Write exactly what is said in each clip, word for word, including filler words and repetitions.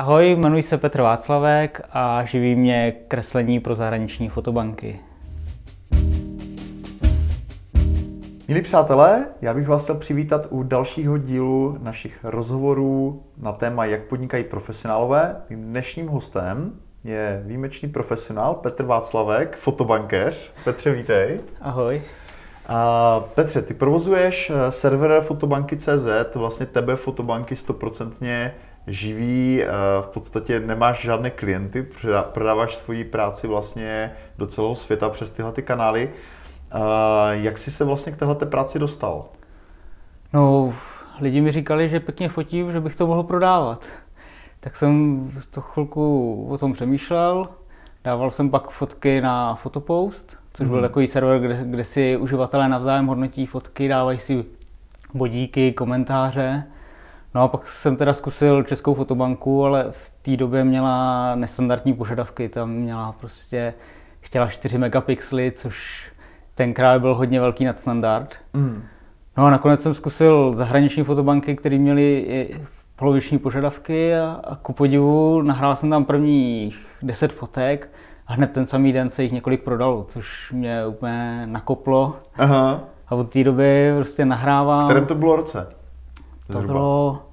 Ahoj, jmenuji se Petr Václavek a živí mě kreslení pro zahraniční fotobanky. Milí přátelé, já bych vás chtěl přivítat u dalšího dílu našich rozhovorů na téma, jak podnikají profesionálové. Mým dnešním hostem je výjimečný profesionál Petr Václavek, fotobankéř. Petře, vítej. Ahoj. A Petře, ty provozuješ server fotobanky tečka cé zet, vlastně tebe fotobanky stoprocentně živí, v podstatě nemáš žádné klienty, prodáváš svoji práci vlastně do celého světa přes tyhle ty kanály. Jak jsi se vlastně k téhleté práci dostal? No, lidi mi říkali, že pěkně fotím, že bych to mohl prodávat. Tak jsem to chvilku o tom přemýšlel, dával jsem pak fotky na Fotopost, což byl hmm. takový server, kde, kde si uživatelé navzájem hodnotí fotky, dávají si bodíky, komentáře. No a pak jsem teda zkusil Českou fotobanku, ale v té době měla nestandardní požadavky, tam měla prostě, chtěla čtyři megapixely, což tenkrát byl hodně velký nadstandard. Mm. No a nakonec jsem zkusil zahraniční fotobanky, které měly poloviční požadavky a, a ku podivu nahrál jsem tam prvních deset fotek a hned ten samý den se jich několik prodalo, což mě úplně nakoplo. Aha. A od té doby prostě nahrávám. V kterém to bylo roce? To Zhruba. bylo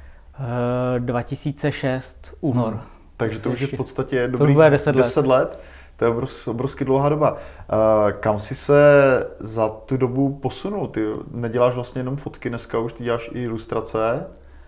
uh, dva tisíce šest, únor. Hmm. Takže to už je v podstatě dobrých deset let. deset let. To je obrovsky, obrovsky dlouhá doba. Uh, kam jsi se za tu dobu posunul? Ty neděláš vlastně jenom fotky dneska, už ty děláš i ilustrace?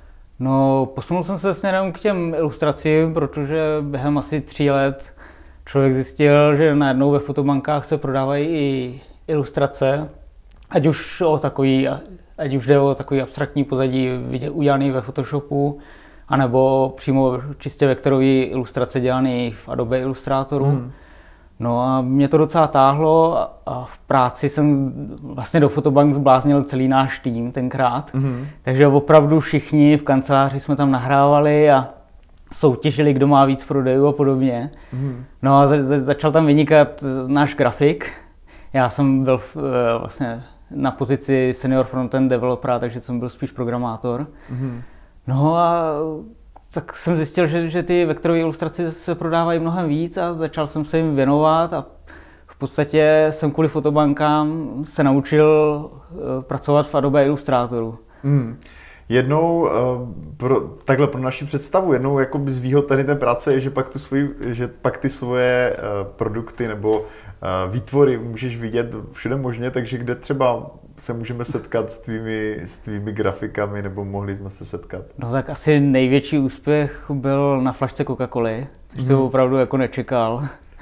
No, posunul jsem se směrem k těm ilustracím, protože během asi tří let člověk zjistil, že najednou ve fotobankách se prodávají i ilustrace, ať už o takový, ať už jde o takový abstraktní pozadí udělaný ve Photoshopu, anebo přímo čistě vektorový ilustrace dělaný v Adobe Illustratoru. Hmm. No a mě to docela táhlo a v práci jsem vlastně do fotobank zbláznil celý náš tým tenkrát. Mm-hmm. Takže opravdu všichni v kanceláři jsme tam nahrávali a soutěžili, kdo má víc prodejů a podobně. Mm-hmm. No a za, za, začal tam vynikat náš grafik. Já jsem byl vlastně na pozici senior frontend developera, takže jsem byl spíš programátor. Mm-hmm. No a tak jsem zjistil, že, že ty vektorové ilustrace se prodávají mnohem víc a začal jsem se jim věnovat a v podstatě jsem kvůli fotobankám se naučil pracovat v Adobe Illustratoru. Hmm. Jednou, pro, takhle pro naši představu, jednou jako z výhod tady té práce je, že pak, tu svoji, že pak ty svoje produkty nebo výtvory můžeš vidět všude možně, takže kde třeba se můžeme setkat s tvými, s tvými grafikami, nebo mohli jsme se setkat? No tak asi největší úspěch byl na flašce Coca-Coly, což mm. jsem opravdu jako nečekal.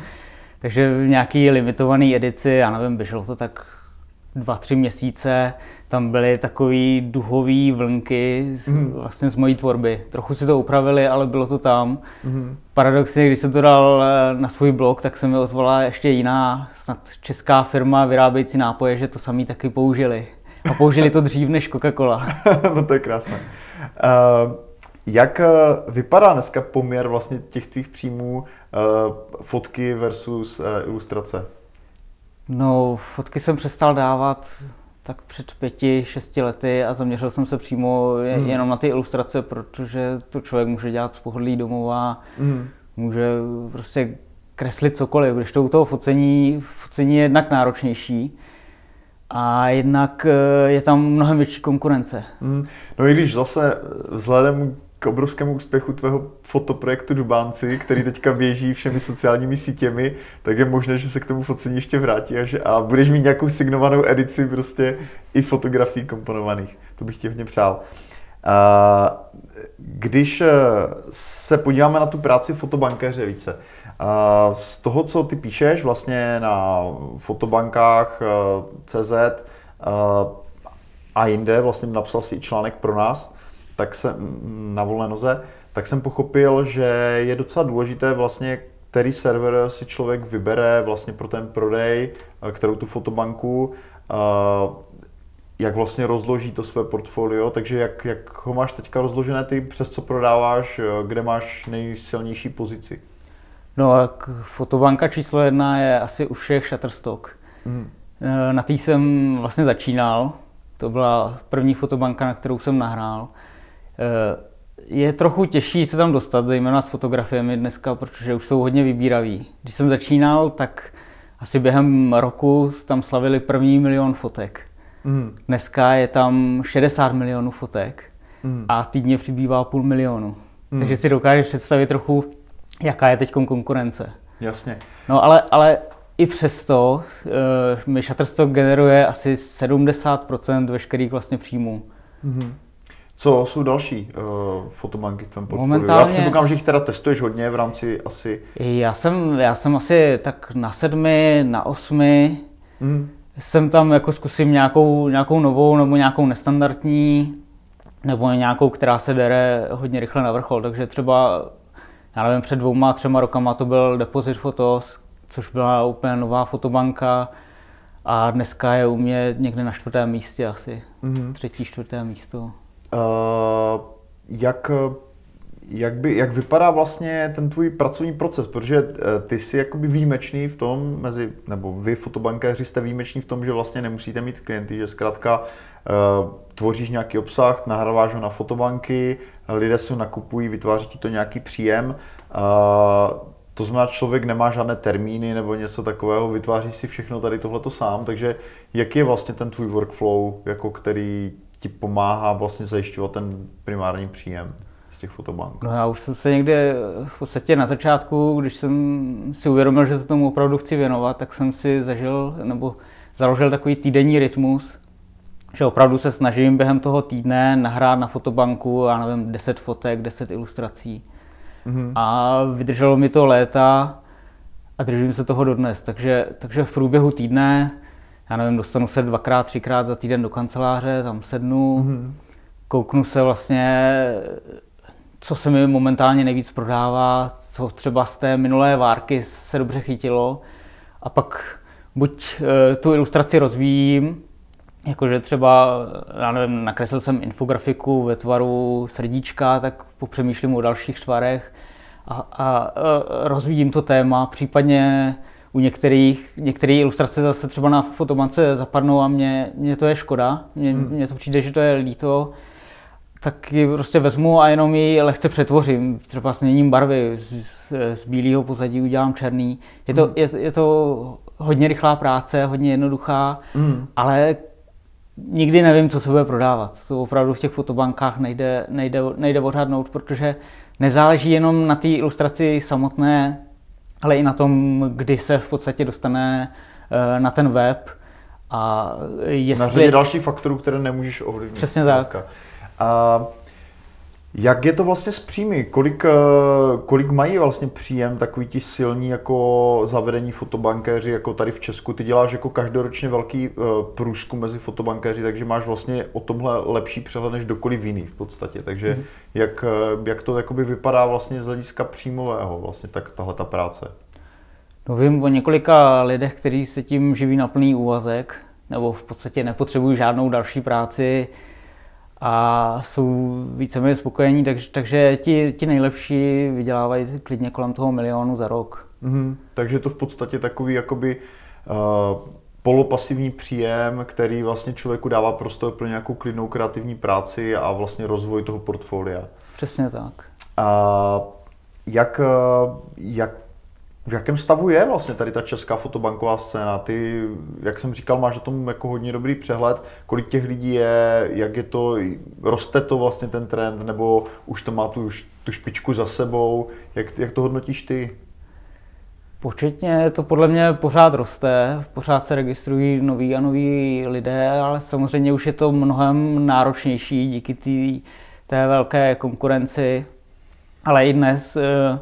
Takže v nějaký limitovaný edici, já nevím, běželo to tak dva, tři měsíce, tam byly takový duhový vlnky z, mm. vlastně z mojí tvorby. Trochu si to upravili, ale bylo to tam. Mm. Paradoxně, když jsem to dal na svůj blog, tak se mi ozvala ještě jiná, snad česká firma vyrábějící nápoje, že to samý taky použili. A použili to dřív než Coca-Cola. No to je krásné. Uh, jak vypadá dneska poměr vlastně těch tvých příjmů, uh, fotky versus uh, ilustrace? No, fotky jsem přestal dávat tak před pěti, šesti lety a zaměřil jsem se přímo hmm. jenom na ty ilustrace, protože to člověk může dělat z pohodlí domova, hmm. může prostě kreslit cokoliv, když to u toho focení, focení je jednak náročnější a jednak je tam mnohem větší konkurence. Hmm. No i když zase vzhledem k obrovskému úspěchu tvého fotoprojektu Dubánci, který teďka běží všemi sociálními sítěmi, tak je možné, že se k tomu focení ještě vrátí a, že, a budeš mít nějakou signovanou edici prostě i fotografií komponovaných. To bych ti hodně přál. A když se podíváme na tu práci fotobankéře více, a z toho, co ty píšeš vlastně na fotobankách tečka cé zet a jinde, vlastně napsal si i článek pro nás, tak jsem na volné noze, tak jsem pochopil, že je docela důležité vlastně, který server si člověk vybere vlastně pro ten prodej, kterou tu fotobanku, jak vlastně rozloží to své portfolio, takže jak, jak ho máš teďka rozložené ty, přes co prodáváš, kde máš nejsilnější pozici? No a fotobanka číslo jedna je asi u všech Shutterstock. Mm. Na té jsem vlastně začínal, to byla první fotobanka, na kterou jsem nahrál. je trochu těžší se tam dostat, zejména s fotografiemi dneska, protože už jsou hodně vybíraví. Když jsem začínal, tak asi během roku tam slavili první milion fotek. Mm. Dneska je tam šedesát milionů fotek mm. a týdně přibývá půl milionu. Mm. Takže si dokážeš představit trochu, jaká je teď konkurence. Jasně. No ale, ale i přesto uh, mi Shutterstock generuje asi sedmdesát procent veškerých vlastně příjmů. Mm. Co jsou další uh, fotobanky v tvém portfoliu? Momentálně... Já předpokládám, že jich teda testuješ hodně v rámci asi... Já jsem, já jsem asi tak na sedmi, na osmi. Mm. Jsem tam jako zkusím nějakou, nějakou novou nebo nějakou nestandardní, nebo nějakou, která se dere hodně rychle na vrchol. Takže třeba, já nevím, před dvouma, třema rokama to byl Deposit Photos, což byla úplně nová fotobanka. A dneska je u mě někde na čtvrtém místě asi. Mm. Třetí, čtvrté místo. Uh, jak, jak, by, jak vypadá vlastně ten tvůj pracovní proces, protože ty jsi jakoby výjimečný v tom, mezi, nebo vy fotobankéři jste výjimeční v tom, že vlastně nemusíte mít klienty, že zkrátka uh, tvoříš nějaký obsah, nahráváš ho na fotobanky, lidé si ho nakupují, vytváří ti to nějaký příjem. Uh, to znamená, člověk nemá žádné termíny nebo něco takového, vytváří si všechno tady tohleto sám, takže jaký je vlastně ten tvůj workflow, jako který ti pomáhá vlastně zajišťovat ten primární příjem z těch fotobank? No já už jsem se někde v podstatě na začátku, když jsem si uvědomil, že se tomu opravdu chci věnovat, tak jsem si zažil nebo založil takový týdenní rytmus, že opravdu se snažím během toho týdne nahrát na fotobanku, já nevím, deset fotek, deset ilustrací. Mm-hmm. A vydrželo mi to léta a držím se toho dodnes, takže, takže v průběhu týdne já nevím, dostanu se dvakrát, třikrát za týden do kanceláře, tam sednu, mm-hmm. kouknu se vlastně, co se mi momentálně nejvíc prodává, co třeba z té minulé várky se dobře chytilo a pak buď e, tu ilustraci rozvíjím, jakože třeba, já nevím, nakreslil jsem infografiku ve tvaru srdíčka, tak popřemýšlím o dalších tvarech a, a, a rozvíjím to téma, případně u některých, některé ilustrace zase třeba na fotobance zapadnou a mně, mně to je škoda, mně, hmm. mně to přijde, že to je líto, tak ji prostě vezmu a jenom ji lehce přetvořím, třeba změním barvy, z, z, z bílého pozadí udělám černý. Je to, hmm. je, je to hodně rychlá práce, hodně jednoduchá, hmm. ale nikdy nevím, co se bude prodávat. To opravdu v těch fotobankách nejde, nejde, nejde odhadnout, protože nezáleží jenom na té ilustraci samotné, ale i na tom, kdy se v podstatě dostane na ten web a jestli... Na řadě dalších faktorů, které nemůžeš ovlivnit. Přesně tak. A jak je to vlastně s příjmy? Kolik, kolik mají vlastně příjem takový ti silní jako zavedení fotobankéři, jako tady v Česku? Ty děláš jako každoročně velký průzkum mezi fotobankéři, takže máš vlastně o tomhle lepší přehled než kdokoliv jiný v podstatě. Takže hmm. jak, jak to jakoby vypadá vlastně z hlediska příjmového, vlastně tak tahle ta práce? No vím o několika lidech, kteří se tím živí na plný úvazek, nebo v podstatě nepotřebují žádnou další práci a jsou víceméně spokojení, takže, takže ti, ti nejlepší vydělávají klidně kolem toho milionu za rok. Mm-hmm. Takže to v podstatě takový jakoby uh, polopasivní příjem, který vlastně člověku dává prostor pro nějakou klidnou kreativní práci a vlastně rozvoj toho portfolia. Přesně tak. A jak, jak v jakém stavu je vlastně tady ta česká fotobanková scéna? Ty, jak jsem říkal, máš o tom jako hodně dobrý přehled, kolik těch lidí je, jak je to, roste to vlastně ten trend, nebo už to má tu, tu špičku za sebou, jak, jak to hodnotíš ty? Početně to podle mě pořád roste, pořád se registrují noví a noví lidé, ale samozřejmě už je to mnohem náročnější díky tý, té velké konkurenci, ale i dnes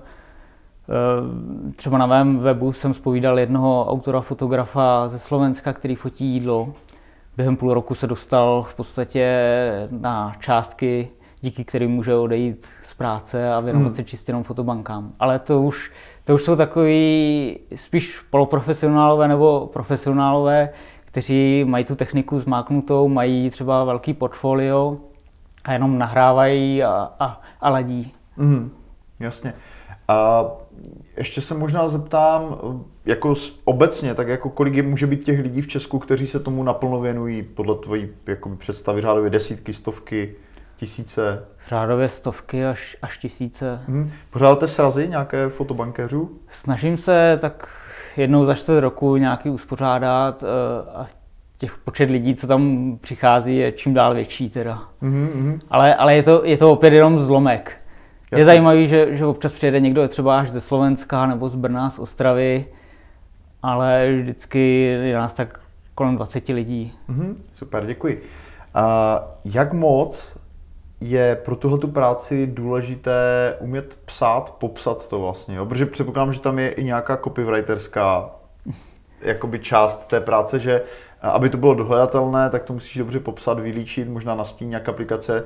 třeba na mém webu jsem zpovídal jednoho autora fotografa ze Slovenska, který fotí jídlo. Během půl roku se dostal v podstatě na částky, díky kterým může odejít z práce a věnovat hmm. se čistě jenom fotobankám. Ale to už, to už jsou takový spíš poloprofesionálové nebo profesionálové, kteří mají tu techniku zmáknutou, mají třeba velký portfolio a jenom nahrávají a, a, a ladí. Hmm. Jasně. A ještě se možná zeptám, jako obecně, tak jako kolik je, může být těch lidí v Česku, kteří se tomu naplno věnují, podle tvojí jakoby představy řádově desítky, stovky, Tisíce? V řádově stovky až, až tisíce. Hmm. Pořádáte srazy nějaké fotobankéřů? Snažím se tak jednou za čtvrt roku nějaký uspořádat a těch počet lidí, co tam přichází, je čím dál větší teda. Mm-hmm. Ale, ale je, to, je to opět jenom zlomek. Jasně. Je zajímavý, že, že občas přijede někdo třeba až ze Slovenska nebo z Brna, z Ostravy, ale vždycky je nás tak kolem dvacet lidí. Mm-hmm. Super, děkuji. A jak moc je pro tuhletu práci důležité umět psát, popsat to vlastně, jo? Protože předpokládám, že tam je i nějaká copywriterská jakoby část té práce, že aby to bylo dohledatelné, tak to musíš dobře popsat, vylíčit, možná nastínit aplikace.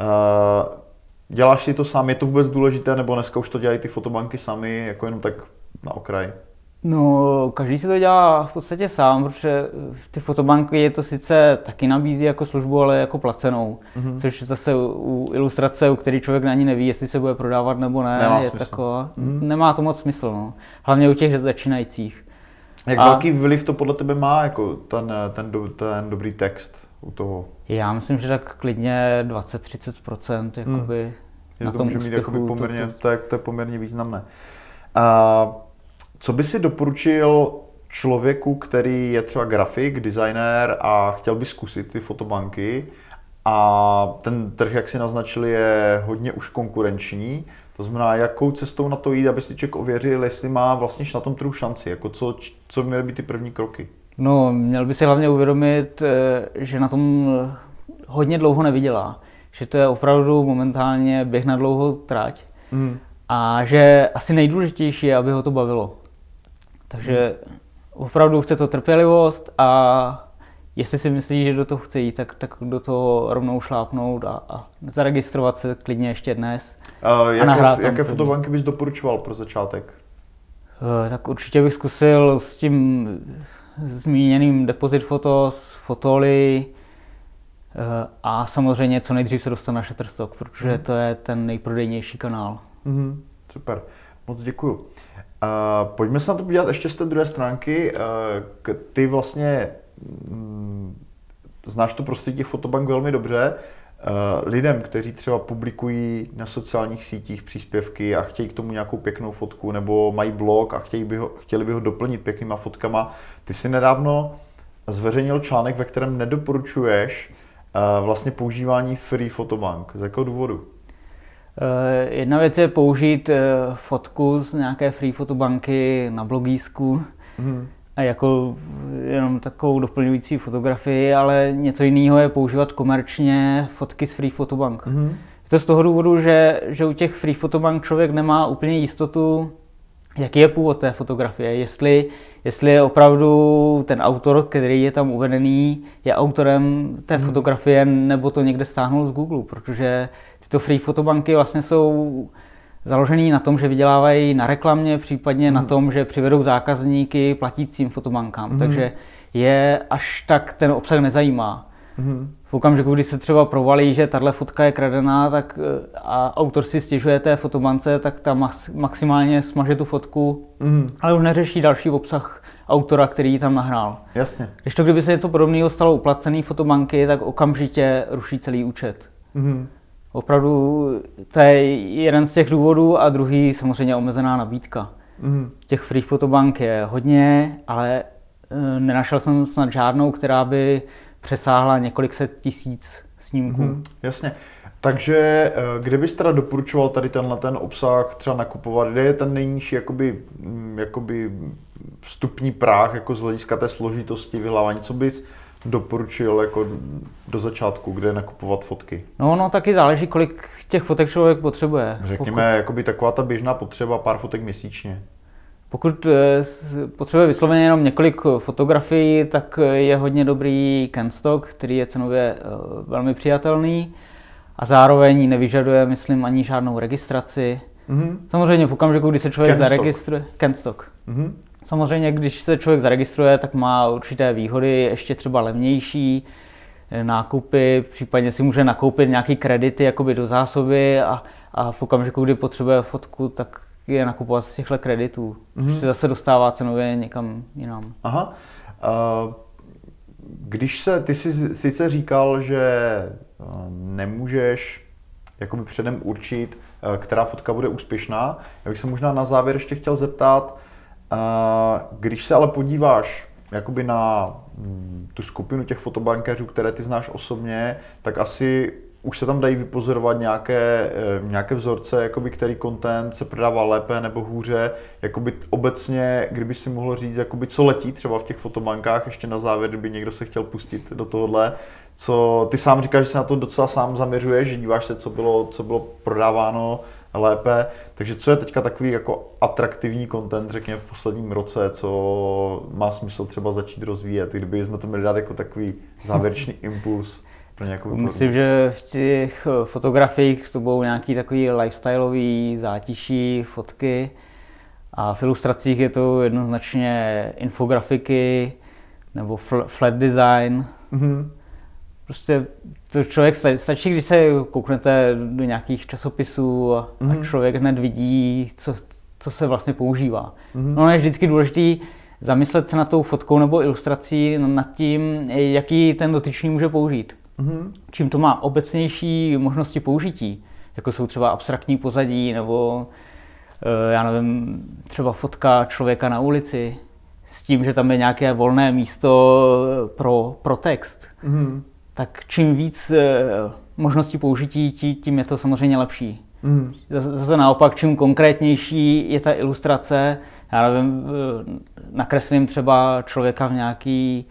Děláš si to sám, je to vůbec důležité, nebo dneska už to dělají ty fotobanky sami, jako jenom tak na okraj? No, každý si to dělá v podstatě sám, protože ty fotobanky je to sice taky nabízí jako službu, ale jako placenou. Mm-hmm. Což zase u ilustrace, u který člověk ani neví, jestli se bude prodávat nebo ne, nemá je smysl. Taková, mm-hmm. Nemá to moc smysl, no. Hlavně u těch začínajících. Jak A... velký vliv to podle tebe má, jako ten, ten, do, ten dobrý text u toho? Já myslím, že tak klidně dvacet až třicet procent jakoby hmm. na to tom může úspěchu. Mít poměrně, to, to... To, je, to je poměrně významné. A co by si doporučil člověku, který je třeba grafik, designér a chtěl by zkusit ty fotobanky a ten trh, jak si naznačili, je hodně už konkurenční. To znamená, jakou cestou na to jít, aby si člověk ověřil, jestli má vlastně na tom trhu šanci, jako co, co by měly být ty první kroky? No, měl by si hlavně uvědomit, že na tom hodně dlouho nevydělá. Že to je opravdu momentálně běh na dlouhou trať. Mm. A že asi nejdůležitější je, aby ho to bavilo. Takže mm. opravdu chce to trpělivost a jestli si myslí, že do toho chce jít, tak, tak do toho rovnou šlápnout a, a zaregistrovat se klidně ještě dnes. Uh, jaké jaké fotobanky bys doporučoval pro začátek? Uh, tak určitě bych zkusil s tím zmíněným Deposit Photos, Fotoly uh, a samozřejmě co nejdřív se dostat na Shutterstock, protože mm. to je ten nejprodejnější kanál. Mm-hmm. Super, moc děkuju. Uh, pojďme se na to podívat ještě z té druhé stránky. Uh, ty vlastně mm, znáš to prostředí těch fotobank velmi dobře. Lidem, kteří třeba publikují na sociálních sítích příspěvky a chtějí k tomu nějakou pěknou fotku, nebo mají blog a chtějí by ho, chtěli by ho doplnit pěknýma fotkama. Ty jsi nedávno zveřejnil článek, ve kterém nedoporučuješ vlastně používání free fotobank. Z jakého důvodu? Jedna věc je použít fotku z nějaké free fotobanky na blogísku. Hmm. A jako jenom takovou doplňující fotografii, ale něco jiného je používat komerčně fotky z free fotobank. Mm-hmm. Je to z toho důvodu, že, že u těch free fotobank člověk nemá úplně jistotu, jaký je původ té fotografie. Jestli, jestli je opravdu ten autor, který je tam uvedený, je autorem té mm-hmm. fotografie, nebo to někde stáhnul z Google, protože tyto free fotobanky vlastně jsou založený na tom, že vydělávají na reklamě, případně mm. na tom, že přivedou zákazníky platícím fotobankám. Mm. Takže je až tak ten obsah nezajímá. Mm. V okamžiku, kdy se třeba provalí, že tahle fotka je kradená, tak a autor si stěžuje té fotobance, tak ta max, maximálně smaže tu fotku, mm. ale už neřeší další obsah autora, který ji tam nahrál. Jasně. Když to, kdyby se něco podobného stalo u placené fotobanky, tak okamžitě ruší celý účet. Mm. Opravdu to je jeden z těch důvodů a druhý samozřejmě omezená nabídka. Mm. Těch free fotobank je hodně, ale e, nenašel jsem snad žádnou, která by přesáhla několik set tisíc snímků. Mm. Jasně. Takže kde bys teda doporučoval tady tenhle ten obsah třeba nakupovat? Kde je ten nejnižší jakoby, jakoby vstupní práh jako z hlediska té složitosti vyhledávání? Co bys doporučil jako do začátku, kde nakupovat fotky? No, no taky záleží, kolik těch fotek člověk potřebuje. Řekněme, Pokud... jakoby taková ta běžná potřeba, pár fotek měsíčně. Pokud potřebuje vysloveně jenom několik fotografií, tak je hodně dobrý CanStock, který je cenově velmi přijatelný a zároveň nevyžaduje, myslím, ani žádnou registraci. Mm-hmm. Samozřejmě v okamžiku, kdy se člověk CanStock. zaregistruje... CanStock. Mm-hmm. Samozřejmě, když se člověk zaregistruje, tak má určité výhody, ještě třeba levnější nákupy, případně si může nakoupit nějaké kredity jakoby do zásoby a, a v okamžiku, kdy potřebuje fotku, tak je nakupovat z těchto kreditů, mm-hmm. což se zase dostává cenově někam jinam. Aha. Uh, když se, ty jsi sice říkal, že nemůžeš jakoby předem určit, která fotka bude úspěšná. Já bych se možná na závěr ještě chtěl zeptat, když se ale podíváš jakoby na tu skupinu těch fotobankéřů, které ty znáš osobně, tak asi už se tam dají vypozorovat nějaké, nějaké vzorce, jakoby, který content se prodává lépe nebo hůře. Jakoby obecně, kdyby si mohl říct, jakoby, co letí třeba v těch fotobankách, ještě na závěr, kdyby někdo se chtěl pustit do tohohle. Co, ty sám říkáš, že se na to docela sám zaměřuješ, že díváš se, co bylo, co bylo prodáváno lépe. Takže co je teďka takový jako atraktivní content, řekněme v posledním roce, co má smysl třeba začít rozvíjet, kdyby jsme to měli dát jako takový závěrečný impuls. Myslím, že v těch fotografiích to budou nějaký takový lifestyleový zátiší, fotky a v ilustracích je to jednoznačně infografiky nebo flat design. Mm-hmm. Prostě to člověk stačí, když se kouknete do nějakých časopisů a, mm-hmm. a člověk hned vidí, co, co se vlastně používá. Mm-hmm. No, je vždycky důležitý zamyslet se nad tou fotkou nebo ilustrací, nad tím, jaký ten dotyčný může použít. Mm-hmm. Čím to má obecnější možnosti použití, jako jsou třeba abstraktní pozadí nebo já nevím, třeba fotka člověka na ulici s tím, že tam je nějaké volné místo pro, pro text, mm-hmm. tak čím víc možností použití, tím je to samozřejmě lepší. Mm-hmm. Zase naopak, čím konkrétnější je ta ilustrace, já nevím, nakreslím třeba člověka v nějaký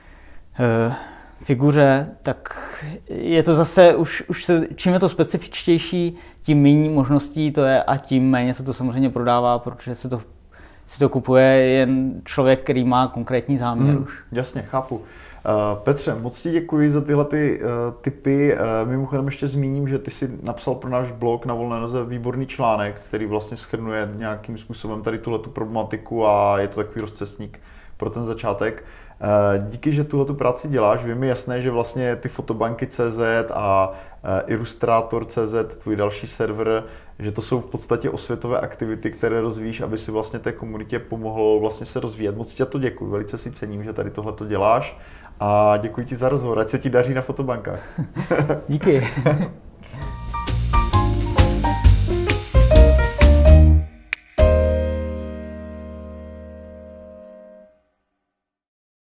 figuře, tak je to zase, už, už se, čím je to specifičtější, tím méně možností to je a tím méně se to samozřejmě prodává, protože se to, si to kupuje jen člověk, který má konkrétní záměr hmm, už. Jasně, chápu. Uh, Petře, moc ti děkuji za tyhle ty, uh, tipy. Uh, mimochodem ještě zmíním, že ty si napsal pro náš blog Na volné noze výborný článek, který vlastně shrnuje nějakým způsobem tady tuhletu problematiku a je to takový rozcestník pro ten začátek. Díky, že tuhletu práci děláš, je mi jasné, že vlastně ty fotobanky tečka cé zet a Illustrator tečka cé zet, tvůj další server, že to jsou v podstatě osvětové aktivity, které rozvíjíš, aby si vlastně té komunitě pomohl vlastně se rozvíjet. Moc ti za to děkuji, velice si cením, že tady tohleto děláš a děkuji ti za rozhovor, ať se ti daří na fotobankách. Díky.